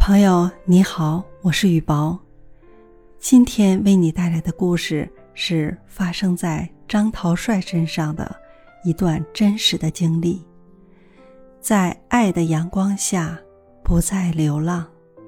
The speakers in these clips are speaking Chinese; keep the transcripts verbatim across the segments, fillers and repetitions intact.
朋友你好，我是雨薄。今天为你带来的故事是发生在张桃帅身上的一段真实的经历。在爱的阳光下，不再流浪。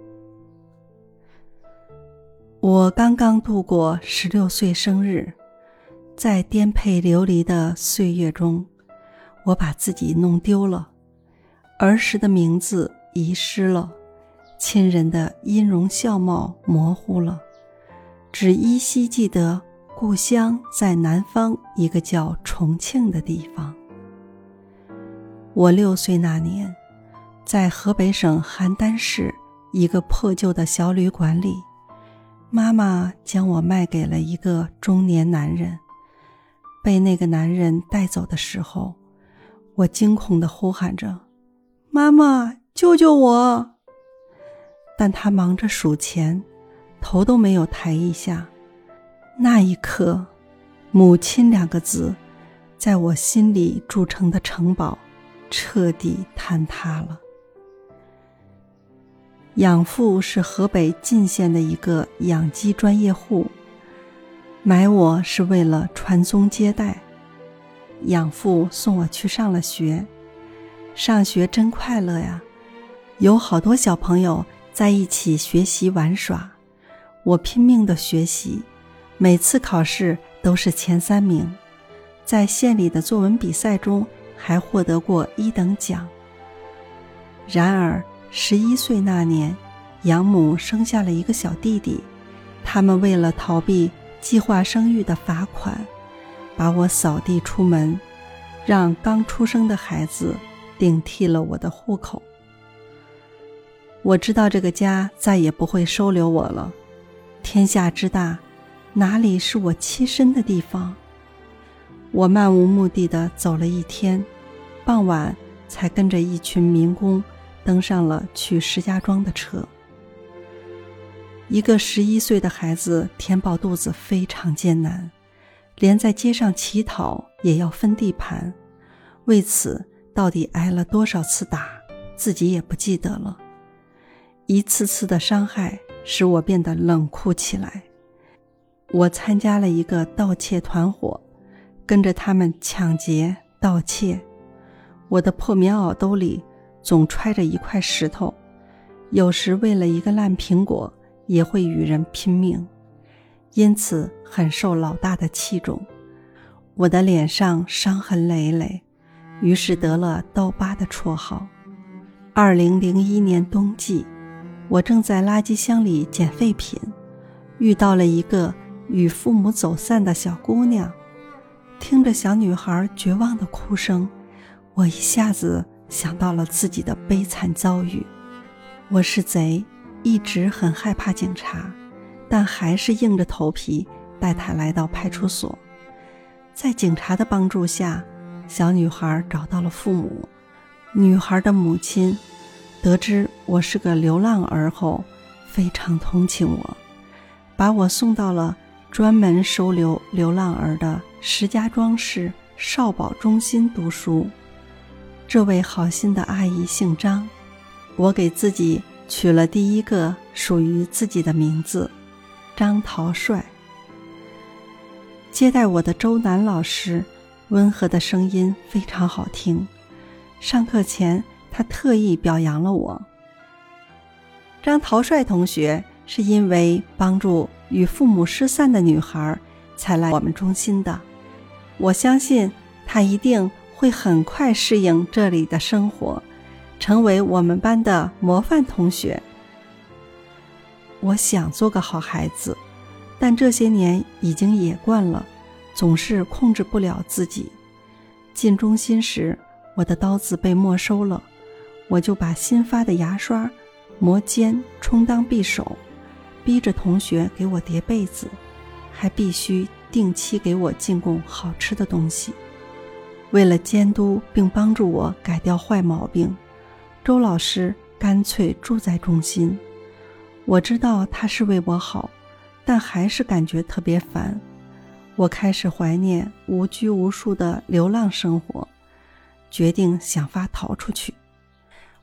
我刚刚度过十六岁生日，在颠沛流离的岁月中，我把自己弄丢了，儿时的名字遗失了，亲人的音容笑貌模糊了，只依稀记得故乡在南方一个叫重庆的地方。我六岁那年，在河北省邯郸市一个破旧的小旅馆里，妈妈将我卖给了一个中年男人。被那个男人带走的时候，我惊恐地呼喊着：妈妈，救救我！但他忙着数钱，头都没有抬一下。那一刻，母亲两个字在我心里筑成的城堡彻底坍塌了。养父是河北晋县的一个养鸡专业户，买我是为了传宗接代。养父送我去上了学，上学真快乐呀，有好多小朋友在一起学习玩耍，我拼命地学习，每次考试都是前三名，在县里的作文比赛中还获得过一等奖。然而十一岁那年，养母生下了一个小弟弟，他们为了逃避计划生育的罚款，把我扫地出门，让刚出生的孩子顶替了我的户口。我知道这个家再也不会收留我了，天下之大，哪里是我栖身的地方？我漫无目的地走了一天，傍晚才跟着一群民工登上了去石家庄的车。一个十一岁的孩子填饱肚子非常艰难，连在街上乞讨也要分地盘，为此到底挨了多少次打，自己也不记得了。一次次的伤害使我变得冷酷起来。我参加了一个盗窃团伙，跟着他们抢劫盗窃。我的破棉袄兜里总揣着一块石头，有时为了一个烂苹果也会与人拼命，因此很受老大的器重。我的脸上伤痕累累，于是得了刀疤的绰号。二零零一年冬季，我正在垃圾箱里捡废品，遇到了一个与父母走散的小姑娘。听着小女孩绝望的哭声，我一下子想到了自己的悲惨遭遇。我是贼，一直很害怕警察，但还是硬着头皮带她来到派出所。在警察的帮助下，小女孩找到了父母。女孩的母亲得知我是个流浪儿后，非常同情我，把我送到了专门收留流浪儿的石家庄市少保中心读书。这位好心的阿姨姓张，我给自己取了第一个属于自己的名字，张桃帅。接待我的周南老师温和的声音非常好听，上课前他特意表扬了我。张桃帅同学是因为帮助与父母失散的女孩才来我们中心的，我相信他一定会很快适应这里的生活，成为我们班的模范同学。我想做个好孩子，但这些年已经野惯了，总是控制不了自己。进中心时，我的刀子被没收了，我就把新发的牙刷、磨尖充当匕首，逼着同学给我叠被子，还必须定期给我进贡好吃的东西。为了监督并帮助我改掉坏毛病，周老师干脆住在中心。我知道他是为我好，但还是感觉特别烦。我开始怀念无拘无束的流浪生活，决定想法逃出去。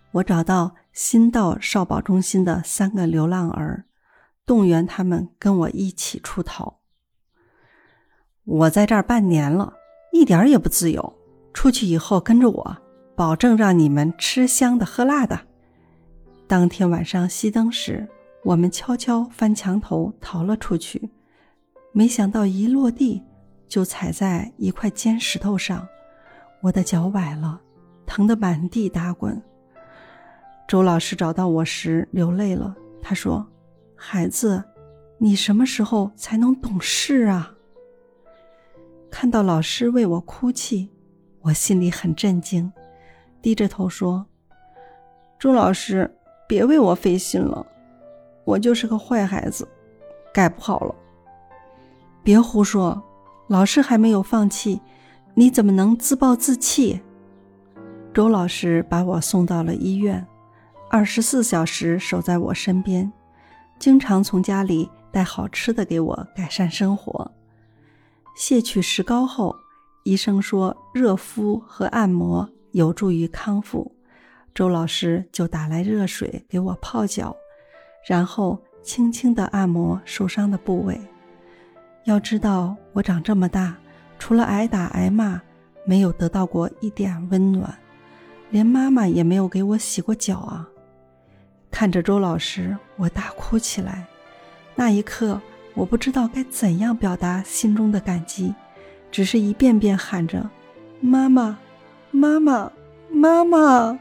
我找到新到少保中心的三个流浪儿，动员他们跟我一起出逃。我在这儿半年了，一点也不自由，出去以后跟着我，保证让你们吃香的喝辣的。当天晚上熄灯时，我们悄悄翻墙头逃了出去，没想到一落地就踩在一块尖石头上，我的脚崴了，疼得满地打滚。周老师找到我时流泪了，他说：孩子，你什么时候才能懂事啊？看到老师为我哭泣，我心里很震惊，低着头说：周老师，别为我费心了，我就是个坏孩子，改不好了。别胡说，老师还没有放弃，你怎么能自暴自弃？周老师把我送到了医院，二十四小时守在我身边，经常从家里带好吃的给我改善生活。卸去石膏后，医生说热敷和按摩有助于康复，周老师就打来热水给我泡脚，然后轻轻地按摩受伤的部位。要知道我长这么大，除了挨打挨骂，没有得到过一点温暖，连妈妈也没有给我洗过脚啊。看着周老师，我大哭起来。那一刻，我不知道该怎样表达心中的感激，只是一遍遍喊着妈妈，妈妈，妈妈。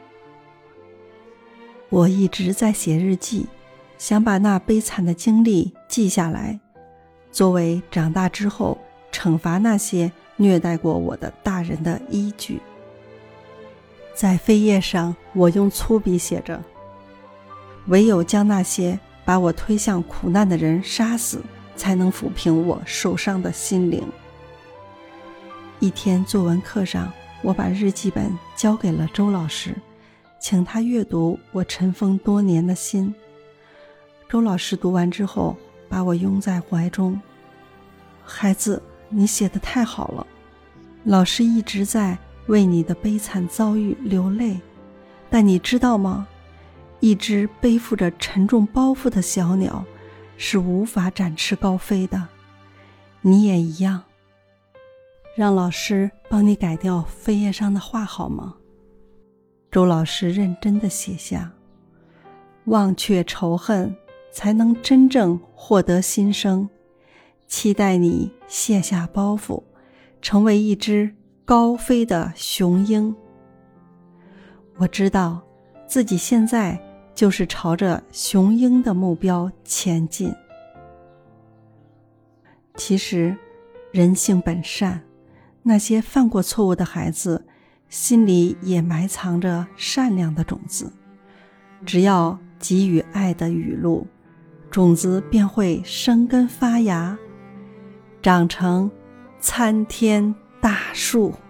我一直在写日记，想把那悲惨的经历记下来，作为长大之后惩罚那些虐待过我的大人的依据。在扉页上，我用粗笔写着：唯有将那些把我推向苦难的人杀死，才能抚平我受伤的心灵。一天作文课上，我把日记本交给了周老师，请他阅读我尘封多年的心。周老师读完之后，把我拥在怀中。孩子，你写得太好了，老师一直在为你的悲惨遭遇流泪，但你知道吗？一只背负着沉重包袱的小鸟是无法展翅高飞的，你也一样。让老师帮你改掉扉页上的话好吗？周老师认真地写下：忘却仇恨，才能真正获得新生。期待你卸下包袱，成为一只高飞的雄鹰。我知道自己现在就是朝着雄鹰的目标前进。其实人性本善，那些犯过错误的孩子心里也埋藏着善良的种子，只要给予爱的雨露，种子便会生根发芽，长成参天大树。